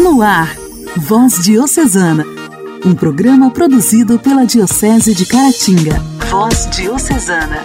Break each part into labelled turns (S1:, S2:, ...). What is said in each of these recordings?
S1: No ar, Voz Diocesana, um programa produzido pela Diocese de Caratinga. Voz Diocesana.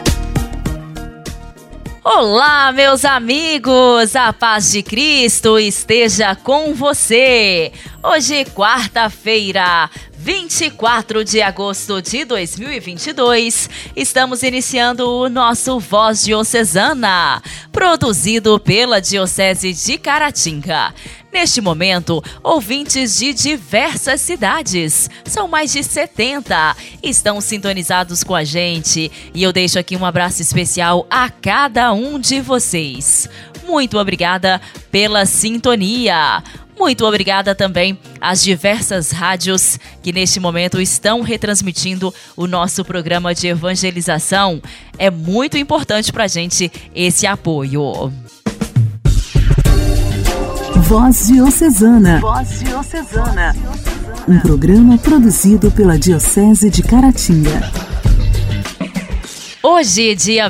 S2: Olá, meus amigos! A paz de Cristo esteja com você! Hoje, quarta-feira, 24 de agosto de 2022, estamos iniciando o nosso Voz Diocesana, produzido pela Diocese de Caratinga. Neste momento, ouvintes de diversas cidades, são mais de 70, estão sintonizados com a gente e eu deixo aqui um abraço especial a cada um de vocês. Muito obrigada pela sintonia. Muito obrigada também às diversas rádios que neste momento estão retransmitindo o nosso programa de evangelização. É muito importante para a gente esse apoio.
S1: Voz Diocesana. Voz Diocesana. Um programa produzido pela Diocese de Caratinga.
S2: Hoje, dia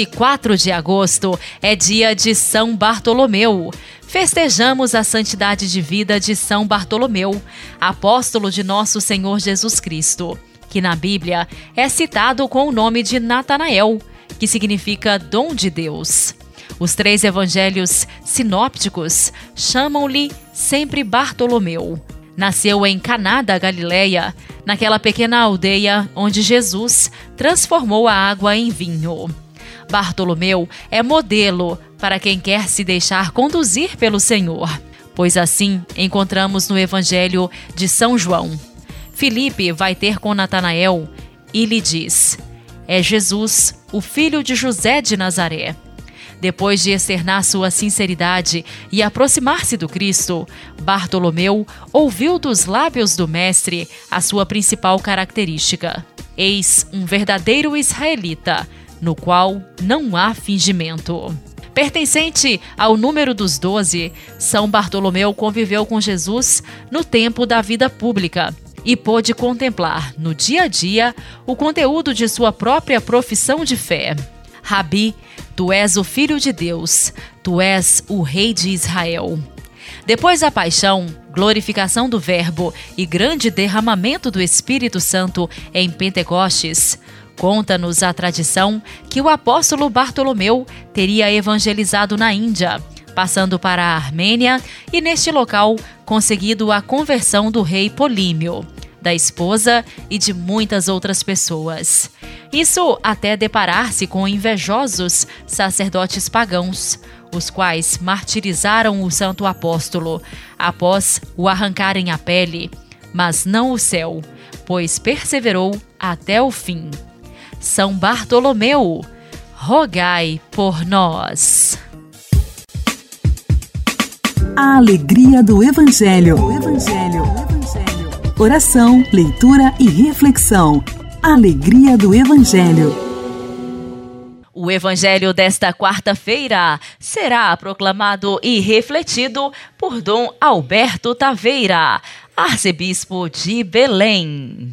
S2: 24 de agosto, é dia de São Bartolomeu. Festejamos a santidade de vida de São Bartolomeu, apóstolo de nosso Senhor Jesus Cristo, que na Bíblia é citado com o nome de Natanael, que significa dom de Deus. Os três evangelhos sinópticos chamam-lhe sempre Bartolomeu. Nasceu em Caná da Galileia, naquela pequena aldeia onde Jesus transformou a água em vinho. Bartolomeu é modelo para quem quer se deixar conduzir pelo Senhor, pois assim encontramos no Evangelho de São João. Filipe vai ter com Natanael e lhe diz: é Jesus, o filho de José de Nazaré. Depois de externar sua sinceridade e aproximar-se do Cristo, Bartolomeu ouviu dos lábios do Mestre a sua principal característica: eis um verdadeiro israelita, no qual não há fingimento. Pertencente ao número dos 12, São Bartolomeu conviveu com Jesus no tempo da vida pública e pôde contemplar, no dia a dia, o conteúdo de sua própria profissão de fé. Rabi, tu és o Filho de Deus, tu és o Rei de Israel. Depois da paixão, glorificação do Verbo e grande derramamento do Espírito Santo em Pentecostes, conta-nos a tradição que o apóstolo Bartolomeu teria evangelizado na Índia, passando para a Armênia e neste local conseguido a conversão do rei Polímio, da esposa e de muitas outras pessoas. Isso até deparar-se com invejosos sacerdotes pagãos, os quais martirizaram o santo apóstolo após o arrancarem a pele, mas não o céu, pois perseverou até o fim. São Bartolomeu, rogai por nós.
S1: A alegria do Evangelho. Oração, leitura e reflexão. Alegria do Evangelho.
S2: O Evangelho desta quarta-feira será proclamado e refletido por Dom Alberto Taveira, arcebispo de Belém.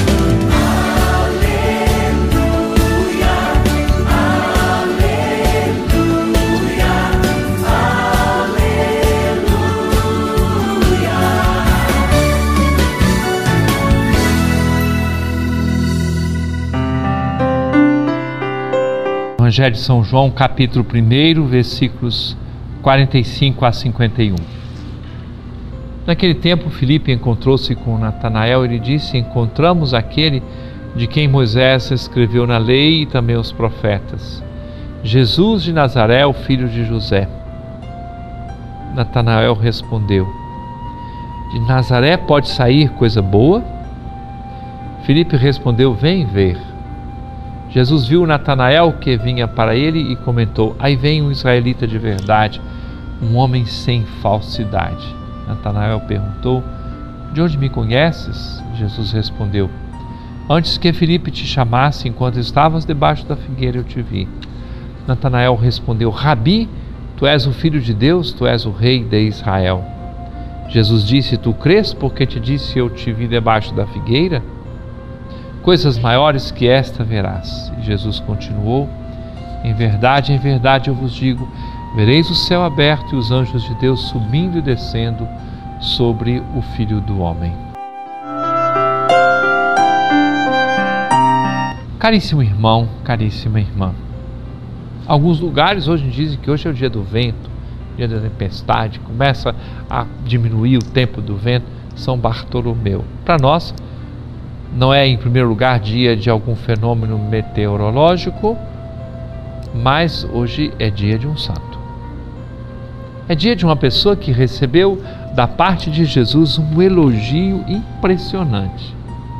S3: Evangelho de São João, capítulo 1, versículos 45 a 51. Naquele tempo, Filipe encontrou-se com Natanael e lhe disse: encontramos aquele de quem Moisés escreveu na lei e também os profetas, Jesus de Nazaré, o filho de José. Natanael respondeu: de Nazaré pode sair coisa boa? Filipe respondeu: vem ver. Jesus viu Natanael que vinha para ele e comentou: aí vem um israelita de verdade, um homem sem falsidade. Natanael perguntou: de onde me conheces? Jesus respondeu: antes que Filipe te chamasse, enquanto estavas debaixo da figueira, eu te vi. Natanael respondeu: Rabi, tu és o Filho de Deus, tu és o Rei de Israel. Jesus disse: tu crês porque te disse eu te vi debaixo da figueira? Coisas maiores que esta verás. E Jesus continuou: em verdade eu vos digo, vereis o céu aberto e os anjos de Deus subindo e descendo sobre o Filho do Homem. Caríssimo irmão, caríssima irmã, alguns lugares hoje dizem que hoje é o dia do vento, dia da tempestade, começa a diminuir o tempo do vento, São Bartolomeu. Para nós, não é em primeiro lugar dia de algum fenômeno meteorológico, mas hoje é dia de um santo. É dia de uma pessoa que recebeu da parte de Jesus um elogio impressionante.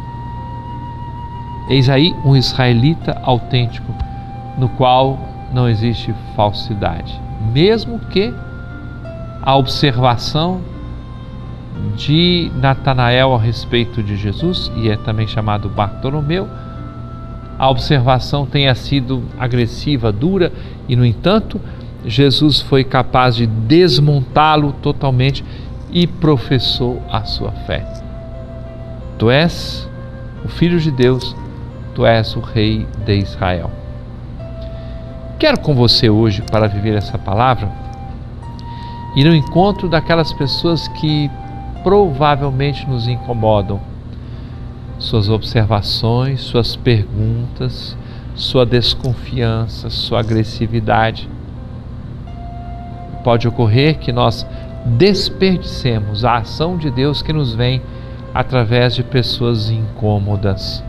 S3: Eis aí um israelita autêntico, no qual não existe falsidade, mesmo que a observação de Natanael a respeito de Jesus, e é também chamado Bartolomeu, a observação tenha sido agressiva, dura, e no entanto, Jesus foi capaz de desmontá-lo totalmente e professou a sua fé. Tu és o Filho de Deus, tu és o Rei de Israel. Quero com você hoje, para viver essa palavra, ir ao encontro daquelas pessoas que provavelmente nos incomodam. Suas observações, suas perguntas, sua desconfiança, sua agressividade. Pode ocorrer que nós desperdicemos a ação de Deus que nos vem através de pessoas incômodas.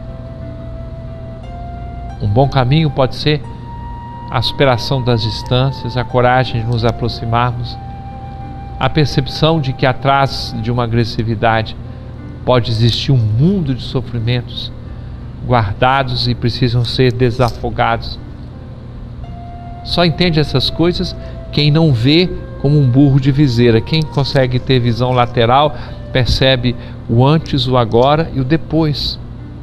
S3: Um bom caminho pode ser a superação das distâncias, a coragem de nos aproximarmos, a percepção de que atrás de uma agressividade pode existir um mundo de sofrimentos guardados e precisam ser desafogados. Só entende essas coisas quem não vê como um burro de viseira. Quem consegue ter visão lateral percebe o antes, o agora e o depois.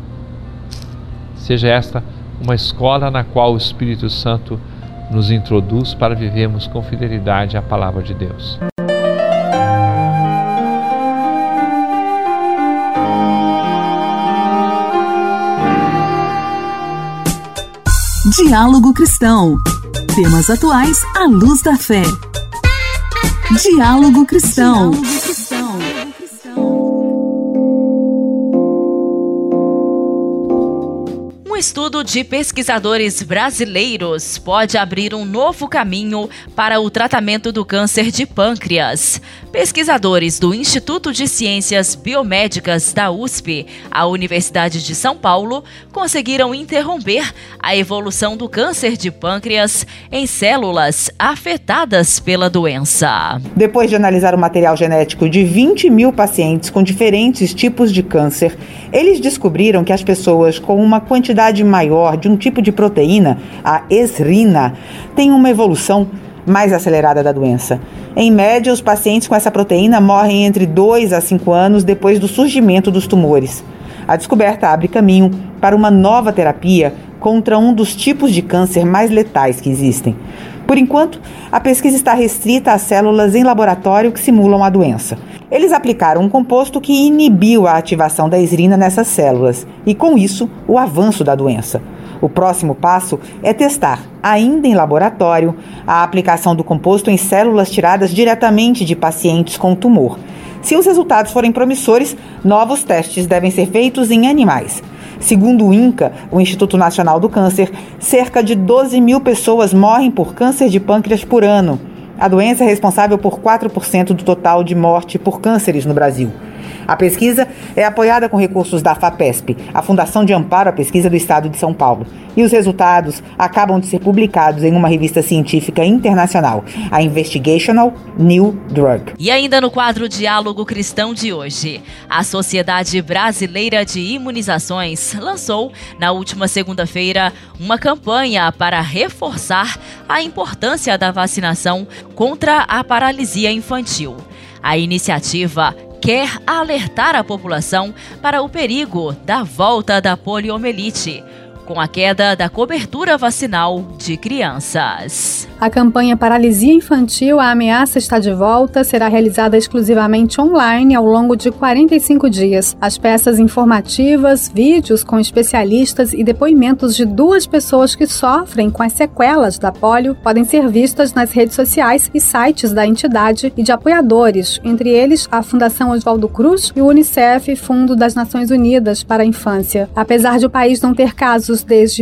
S3: Seja esta uma escola na qual o Espírito Santo nos introduz para vivermos com fidelidade a palavra de Deus.
S1: Diálogo Cristão. Temas atuais à luz da fé. Diálogo Cristão.
S2: Um estudo de pesquisadores brasileiros pode abrir um novo caminho para o tratamento do câncer de pâncreas. Pesquisadores do Instituto de Ciências Biomédicas da USP, a Universidade de São Paulo, conseguiram interromper a evolução do câncer de pâncreas em células afetadas pela doença.
S4: Depois de analisar o material genético de 20 mil pacientes com diferentes tipos de câncer, eles descobriram que as pessoas com uma quantidade maior de um tipo de proteína, a esrina, têm uma evolução mais acelerada da doença. Em média, os pacientes com essa proteína morrem entre 2 a 5 anos depois do surgimento dos tumores. A descoberta abre caminho para uma nova terapia contra um dos tipos de câncer mais letais que existem. Por enquanto, a pesquisa está restrita a células em laboratório que simulam a doença. Eles aplicaram um composto que inibiu a ativação da esrina nessas células e, com isso, o avanço da doença. O próximo passo é testar, ainda em laboratório, a aplicação do composto em células tiradas diretamente de pacientes com tumor. Se os resultados forem promissores, novos testes devem ser feitos em animais. Segundo o INCA, o Instituto Nacional do Câncer, cerca de 12 mil pessoas morrem por câncer de pâncreas por ano. A doença é responsável por 4% do total de morte por cânceres no Brasil. A pesquisa é apoiada com recursos da FAPESP, a Fundação de Amparo à Pesquisa do Estado de São Paulo. E os resultados acabam de ser publicados em uma revista científica internacional, a Investigational New Drug.
S2: E ainda no quadro Diálogo Cristão de hoje, a Sociedade Brasileira de Imunizações lançou, na última segunda-feira, uma campanha para reforçar a importância da vacinação contra a paralisia infantil. A iniciativa quer alertar a população para o perigo da volta da poliomielite, com a queda da cobertura vacinal de crianças.
S5: A campanha Paralisia Infantil, a ameaça está de volta, será realizada exclusivamente online ao longo de 45 dias. As peças informativas, vídeos com especialistas e depoimentos de 2 pessoas que sofrem com as sequelas da polio podem ser vistas nas redes sociais e sites da entidade e de apoiadores, entre eles a Fundação Oswaldo Cruz e o Unicef, Fundo das Nações Unidas para a Infância. Apesar de o país não ter casos desde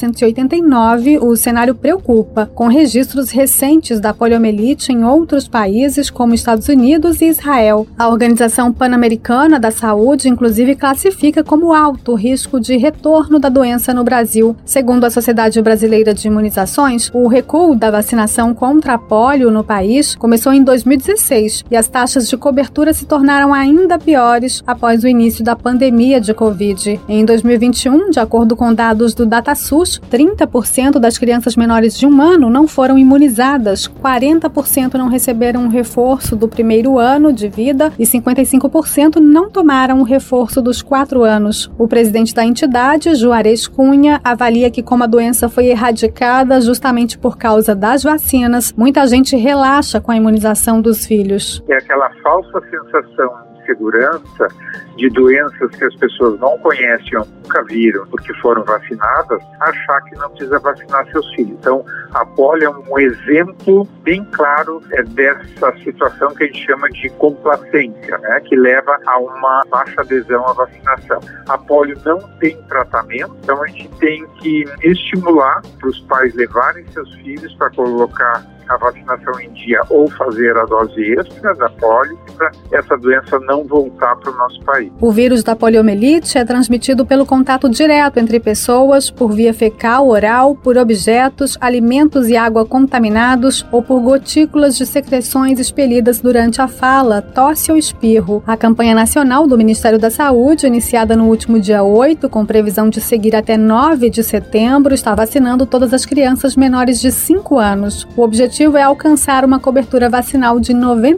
S5: 1989, o cenário preocupa, com registros recentes da poliomielite em outros países como Estados Unidos e Israel. A Organização Pan-Americana da Saúde, inclusive, classifica como alto o risco de retorno da doença no Brasil. Segundo a Sociedade Brasileira de Imunizações, o recuo da vacinação contra a polio no país começou em 2016 e as taxas de cobertura se tornaram ainda piores após o início da pandemia de Covid. Em 2021, de acordo com dados do DataSUS, 30% das crianças menores de 1 ano não foram imunizadas, 40% não receberam um reforço do primeiro ano de vida e 55% não tomaram o reforço dos 4 anos. O presidente da entidade, Juarez Cunha, avalia que como a doença foi erradicada justamente por causa das vacinas, muita gente relaxa com a imunização dos filhos.
S6: É aquela falsa sensação de segurança de doenças que as pessoas não conhecem ou nunca viram porque foram vacinadas, achar que não precisa vacinar seus filhos. Então, a polio é um exemplo bem claro dessa situação que a gente chama de complacência, né, que leva a uma baixa adesão à vacinação. A polio não tem tratamento, então a gente tem que estimular para os pais levarem seus filhos para colocar a vacinação em dia ou fazer a dose extra da polio para essa doença não voltar para o nosso país.
S5: O vírus da poliomielite é transmitido pelo contato direto entre pessoas, por via fecal, oral, por objetos, alimentos e água contaminados ou por gotículas de secreções expelidas durante a fala, tosse ou espirro. A campanha nacional do Ministério da Saúde, iniciada no último dia 8, com previsão de seguir até 9 de setembro, está vacinando todas as crianças menores de 5 anos. O objetivo é alcançar uma cobertura vacinal de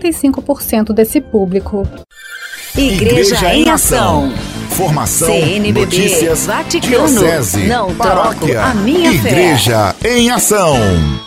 S5: 95% desse público.
S7: Igreja em Ação. Formação,
S1: CNBB,
S7: notícias,
S1: Vaticano,
S7: diocese,
S1: não
S7: paróquia,
S1: troco a minha
S7: Igreja em Ação.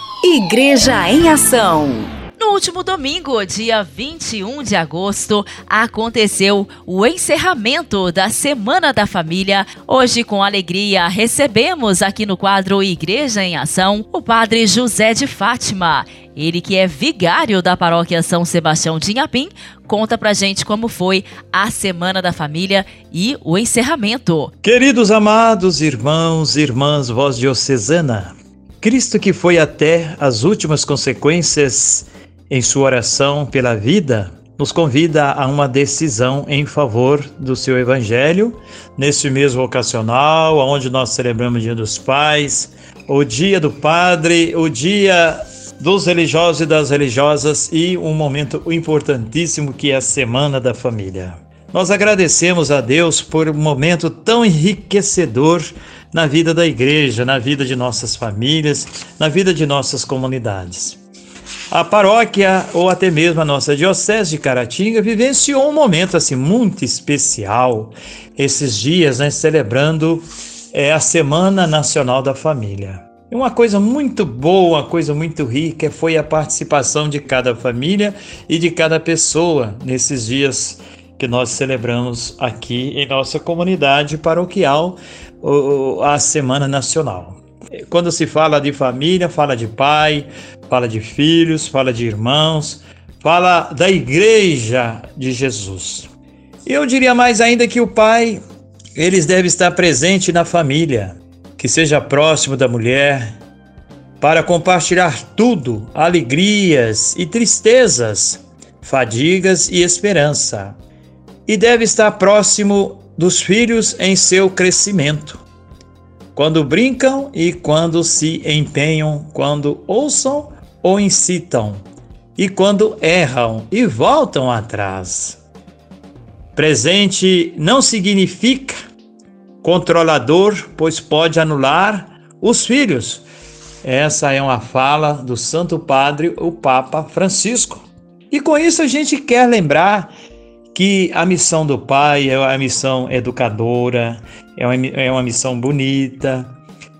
S1: Igreja em Ação.
S2: No último domingo, dia 21 de agosto, aconteceu o encerramento da Semana da Família. Hoje, com alegria, recebemos aqui no quadro Igreja em Ação o padre José de Fátima. Ele que é vigário da paróquia São Sebastião de Inhapim, conta pra gente como foi a Semana da Família e o encerramento.
S8: Queridos amados irmãos e irmãs, voz diocesana, Cristo que foi até as últimas consequências em sua oração pela vida, nos convida a uma decisão em favor do seu Evangelho, nesse mês vocacional, onde nós celebramos o Dia dos Pais, o Dia do Padre, o Dia dos religiosos e das religiosas e um momento importantíssimo que é a Semana da Família. Nós agradecemos a Deus por um momento tão enriquecedor na vida da igreja, na vida de nossas famílias, na vida de nossas comunidades. A paróquia, ou até mesmo a nossa diocese de Caratinga, vivenciou um momento assim muito especial esses dias, celebrando a Semana Nacional da Família. E uma coisa muito boa, uma coisa muito rica foi a participação de cada família e de cada pessoa nesses dias que nós celebramos aqui em nossa comunidade paroquial a Semana Nacional. Quando se fala de família, fala de pai, fala de filhos, fala de irmãos, fala da Igreja de Jesus. E eu diria mais ainda que o pai, eles deve estar presente na família, que seja próximo da mulher, para compartilhar tudo, alegrias e tristezas, fadigas e esperança. E deve estar próximo dos filhos em seu crescimento, quando brincam e quando se empenham, quando ouçam ou incitam, e quando erram e voltam atrás. Presente não significa controlador, pois pode anular os filhos. Essa é uma fala do Santo Padre, o Papa Francisco. E com isso a gente quer lembrar que a missão do pai é uma missão educadora, é uma missão bonita,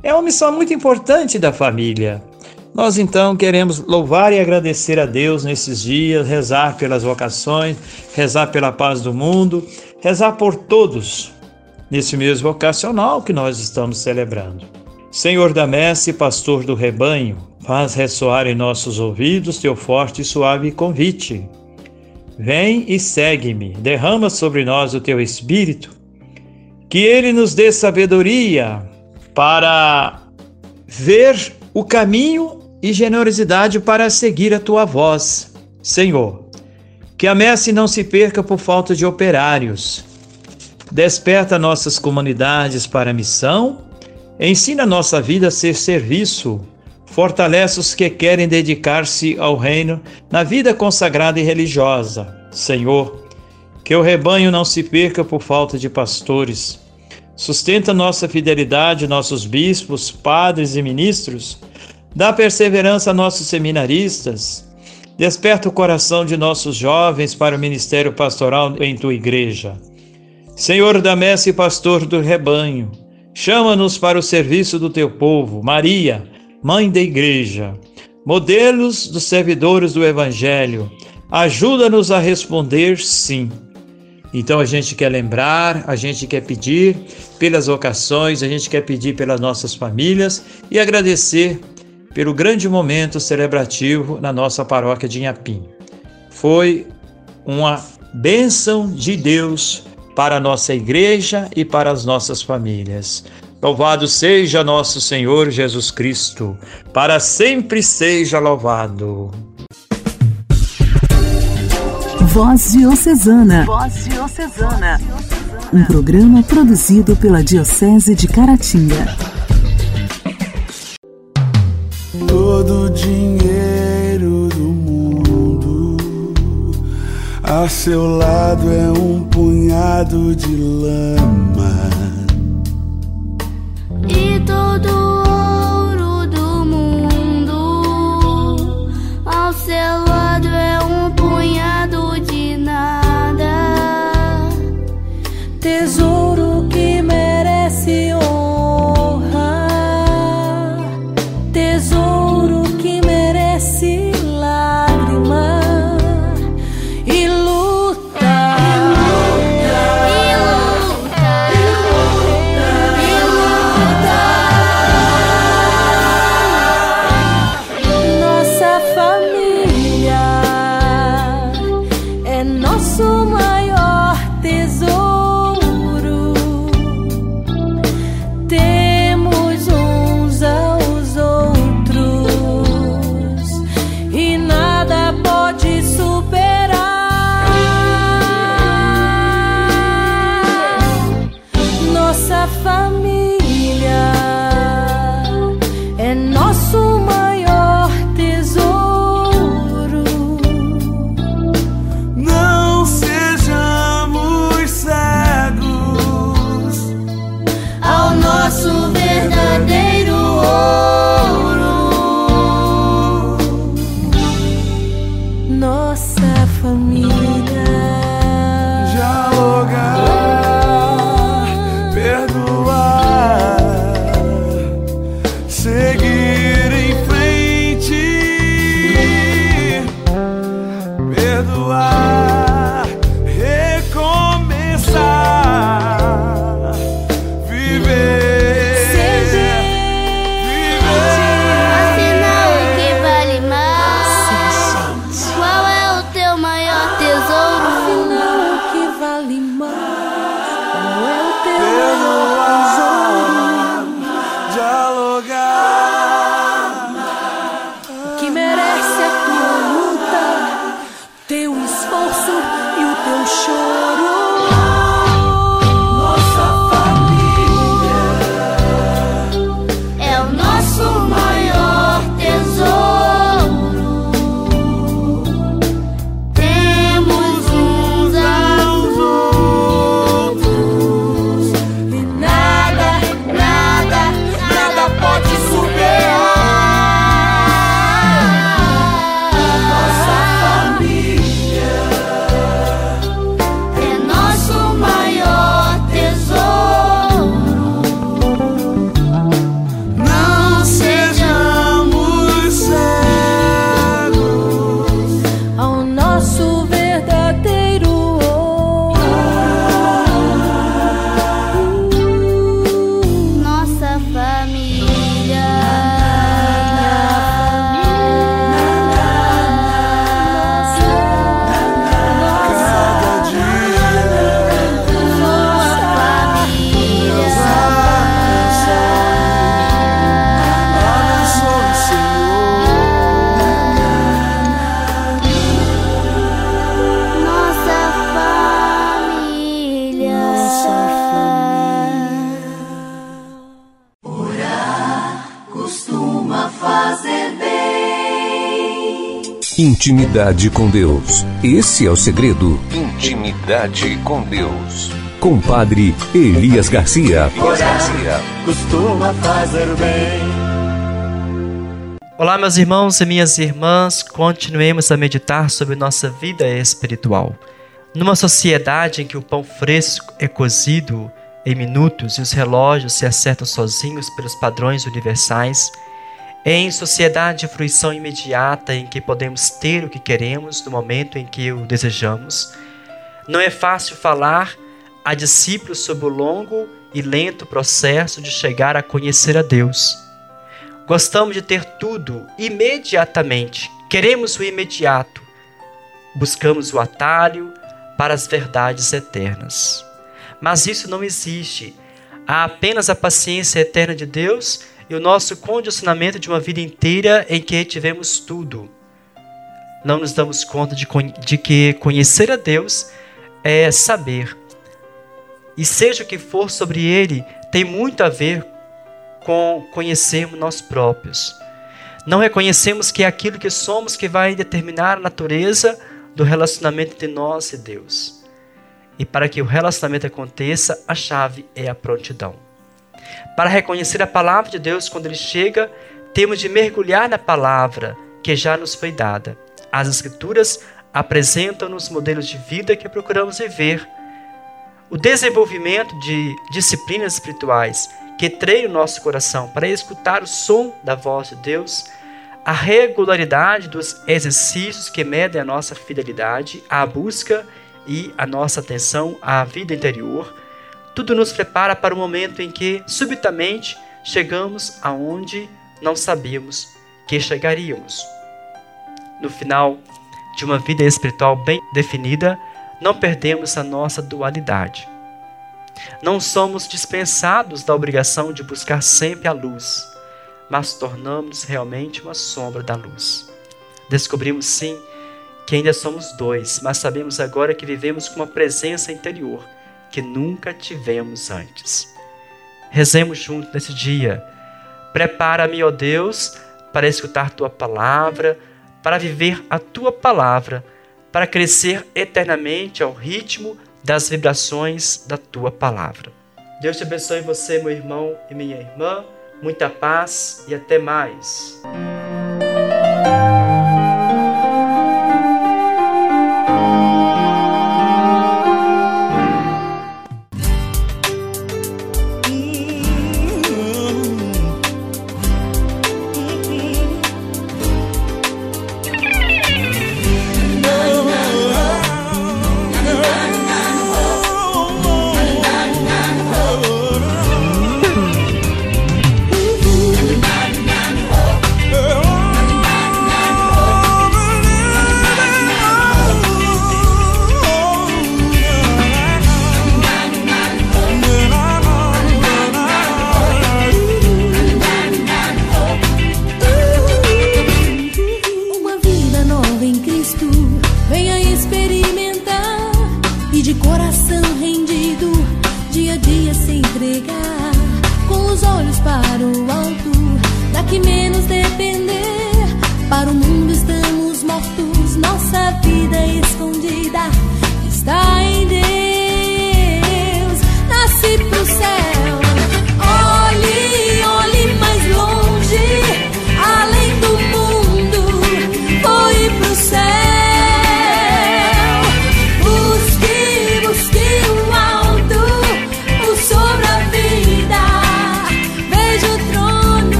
S8: É uma missão muito importante da família. Nós então queremos louvar e agradecer a Deus nesses dias, rezar pelas vocações, rezar pela paz do mundo, rezar por todos nesse mês vocacional que nós estamos celebrando. Senhor da messe, pastor do rebanho, faz ressoar em nossos ouvidos teu forte e suave convite. Vem e segue-me, derrama sobre nós o teu Espírito, que ele nos dê sabedoria para ver o caminho e generosidade para seguir a tua voz. Senhor, que a messe não se perca por falta de operários. Desperta nossas comunidades para a missão, ensina nossa vida a ser serviço, fortalece os que querem dedicar-se ao reino na vida consagrada e religiosa. Senhor, que o rebanho não se perca por falta de pastores. Sustenta nossa fidelidade, nossos bispos, padres e ministros. Dá perseverança a nossos seminaristas. Desperta o coração de nossos jovens para o ministério pastoral em tua igreja. Senhor da messe e pastor do rebanho, chama-nos para o serviço do teu povo. Maria, mãe da igreja, modelos dos servidores do evangelho, ajuda-nos a responder sim. Então a gente quer lembrar, a gente quer pedir pelas vocações, a gente quer pedir pelas nossas famílias e agradecer pelo grande momento celebrativo na nossa paróquia de Inhapim. Foi uma bênção de Deus para a nossa igreja e para as nossas famílias. Louvado seja nosso Senhor Jesus Cristo, para sempre seja louvado.
S1: Voz Diocesana. Voz Diocesana. Um programa produzido pela Diocese de Caratinga.
S9: Todo o dinheiro do mundo a seu lado é um punhado de lama.
S10: E todo ouro do mundo ao seu lado é um punhado de nada.
S11: Tesouro que merece honra, tesouro que merece lágrima e luta, e luta, e luta. Nossa família é nosso maior tesouro. Temos uns aos outros e nada pode superar. Nossa família é nosso maior tesouro.
S9: Não sejamos cegos
S10: Ao nosso verdadeiro ouro.
S11: Nossa família.
S9: dialogar, perdoar, seguir em frente, perdoar, recomeçar, viver,
S10: Afinal, o que vale mais? Qual é o teu maior tesouro?
S11: Afinal, o que vale mais? Qual é o teu
S9: perdoar, dialogar,
S11: que merece a tua luta, teu esforço
S12: Intimidade com Deus. Esse é o segredo. Intimidade com Deus. Com o Padre Elias Garcia.
S13: Costuma fazer bem.
S14: Olá, meus irmãos e minhas irmãs, continuemos a meditar sobre nossa vida espiritual. Numa sociedade em que o pão fresco é cozido em minutos e os relógios se acertam sozinhos pelos padrões universais, em sociedade de fruição imediata em que podemos ter o que queremos no momento em que o desejamos, não é fácil falar a discípulos sobre o longo e lento processo de chegar a conhecer a Deus. Gostamos de ter tudo imediatamente, queremos o imediato, buscamos o atalho para as verdades eternas. Mas isso não existe. Há apenas a paciência eterna de Deus e o nosso condicionamento de uma vida inteira em que tivemos tudo. Não nos damos conta de que conhecer a Deus é saber. E seja o que for sobre Ele, tem muito a ver com conhecermos nós próprios. Não reconhecemos que é aquilo que somos que vai determinar a natureza do relacionamento entre nós e Deus. E para que o relacionamento aconteça, a chave é a prontidão. Para reconhecer a palavra de Deus quando Ele chega, temos de mergulhar na palavra que já nos foi dada. As Escrituras apresentam-nos modelos de vida que procuramos viver. O desenvolvimento de disciplinas espirituais que treinam o nosso coração para escutar o som da voz de Deus, a regularidade dos exercícios que medem a nossa fidelidade, a busca e a nossa atenção à vida interior, tudo nos prepara para o momento em que, subitamente, chegamos aonde não sabíamos que chegaríamos. No final de uma vida espiritual bem definida, não perdemos a nossa dualidade. Não somos dispensados da obrigação de buscar sempre a luz, mas tornamos realmente uma sombra da luz. Descobrimos, sim, que ainda somos dois, mas sabemos agora que vivemos com uma presença interior que nunca tivemos antes. Rezemos juntos nesse dia. Prepara-me, ó Deus, para escutar Tua palavra, para viver a Tua palavra, para crescer eternamente ao ritmo das vibrações da Tua palavra. Deus te abençoe você, meu irmão e minha irmã. Muita paz e até mais.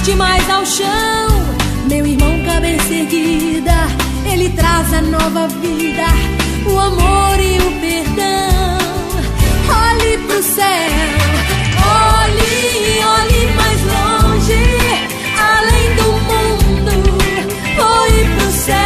S11: bate mais ao chão. Meu irmão, cabeça erguida, ele traz a nova vida, o amor e o perdão. Olhe pro céu, olhe, olhe mais longe, além do mundo, olhe pro céu.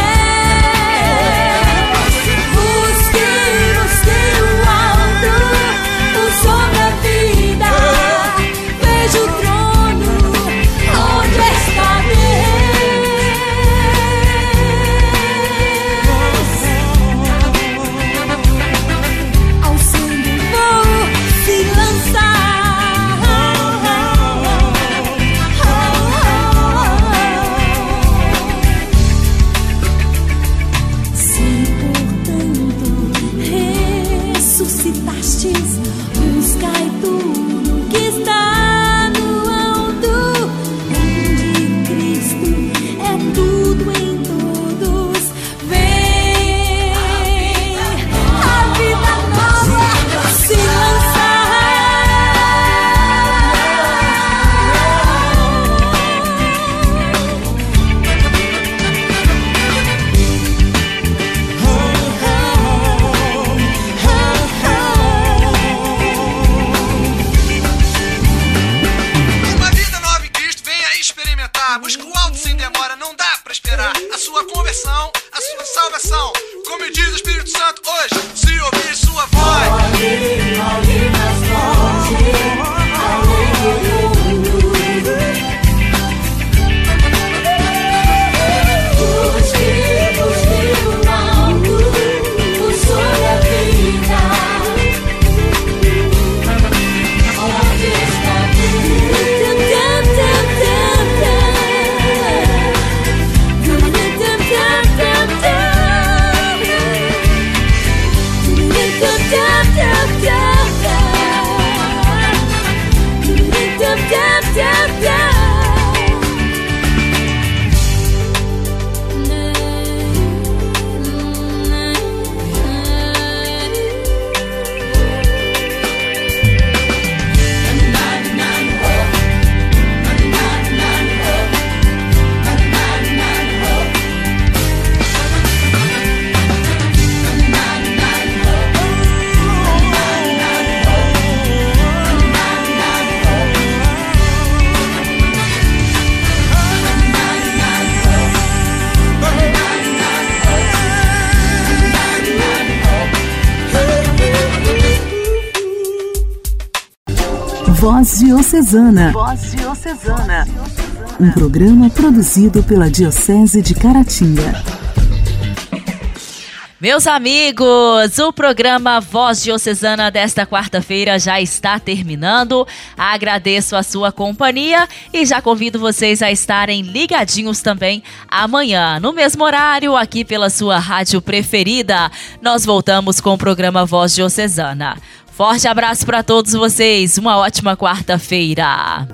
S15: Busca o alto sem demora, não dá pra esperar a sua conversão, a sua salvação. Como diz o Espírito Santo hoje, se ouvir sua voz. Olhe, olhe mais longe, além do mundo. Busque, busque o alto, o sonho é vida. Onde está Deus?
S1: Voz Diocesana. Voz Diocesana. Um programa produzido pela Diocese de Caratinga.
S2: Meus amigos, o programa Voz Diocesana desta quarta-feira já está terminando. Agradeço a sua companhia e já convido vocês a estarem ligadinhos também amanhã, no mesmo horário, aqui pela sua rádio preferida. Nós voltamos com o programa Voz Diocesana. Forte abraço para todos vocês, uma ótima quarta-feira.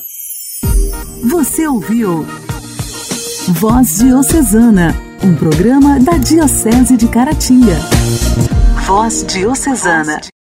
S1: Você ouviu Voz Diocesana, um programa da Diocese de Caratinga. Voz Diocesana.